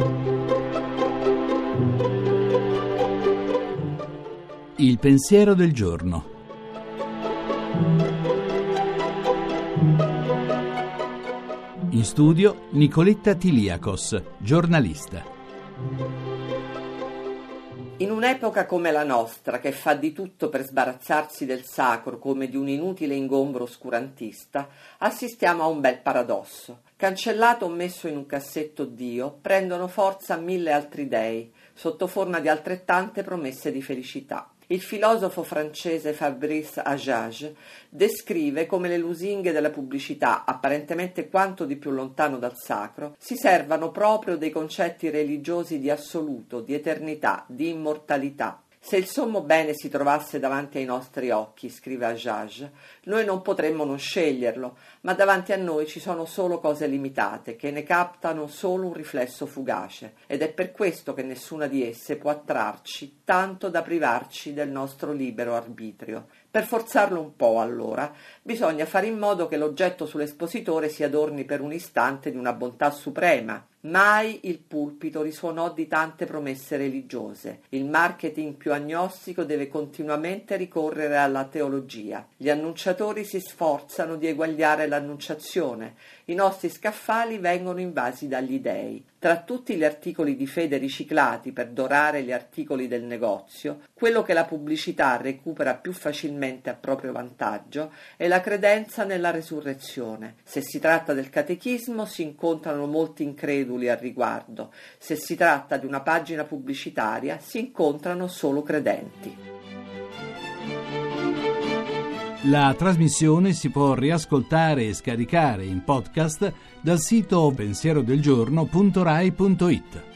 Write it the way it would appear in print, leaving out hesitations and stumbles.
Il pensiero del giorno. In studio Nicoletta Tiliakos, giornalista. In un'epoca come la nostra, che fa di tutto per sbarazzarsi del sacro come di un inutile ingombro oscurantista, assistiamo a un bel paradosso. Cancellato o messo in un cassetto Dio, prendono forza 1000 altri dei, sotto forma di altrettante promesse di felicità. Il filosofo francese Fabrice Agage descrive come le lusinghe della pubblicità, apparentemente quanto di più lontano dal sacro, si servano proprio dei concetti religiosi di assoluto, di eternità, di immortalità. Se il sommo bene si trovasse davanti ai nostri occhi, scrive Agage, noi non potremmo non sceglierlo, ma davanti a noi ci sono solo cose limitate, che ne captano solo un riflesso fugace, ed è per questo che nessuna di esse può attrarci, tanto da privarci del nostro libero arbitrio. Per forzarlo un po', allora, bisogna fare in modo che l'oggetto sull'espositore si adorni per un istante di una bontà suprema. Mai il pulpito risuonò di tante promesse religiose. Il marketing più agnostico deve continuamente ricorrere alla teologia. Gli annunciatori si sforzano di eguagliare l'annunciazione. I nostri scaffali vengono invasi dagli dei. Tra tutti gli articoli di fede riciclati per dorare gli articoli del negozio, quello che la pubblicità recupera più facilmente a proprio vantaggio è la credenza nella resurrezione. Se si tratta del catechismo si incontrano molti increduli al riguardo. Se si tratta di una pagina pubblicitaria si incontrano solo credenti. La trasmissione si può riascoltare e scaricare in podcast dal sito pensierodelgiorno.rai.it.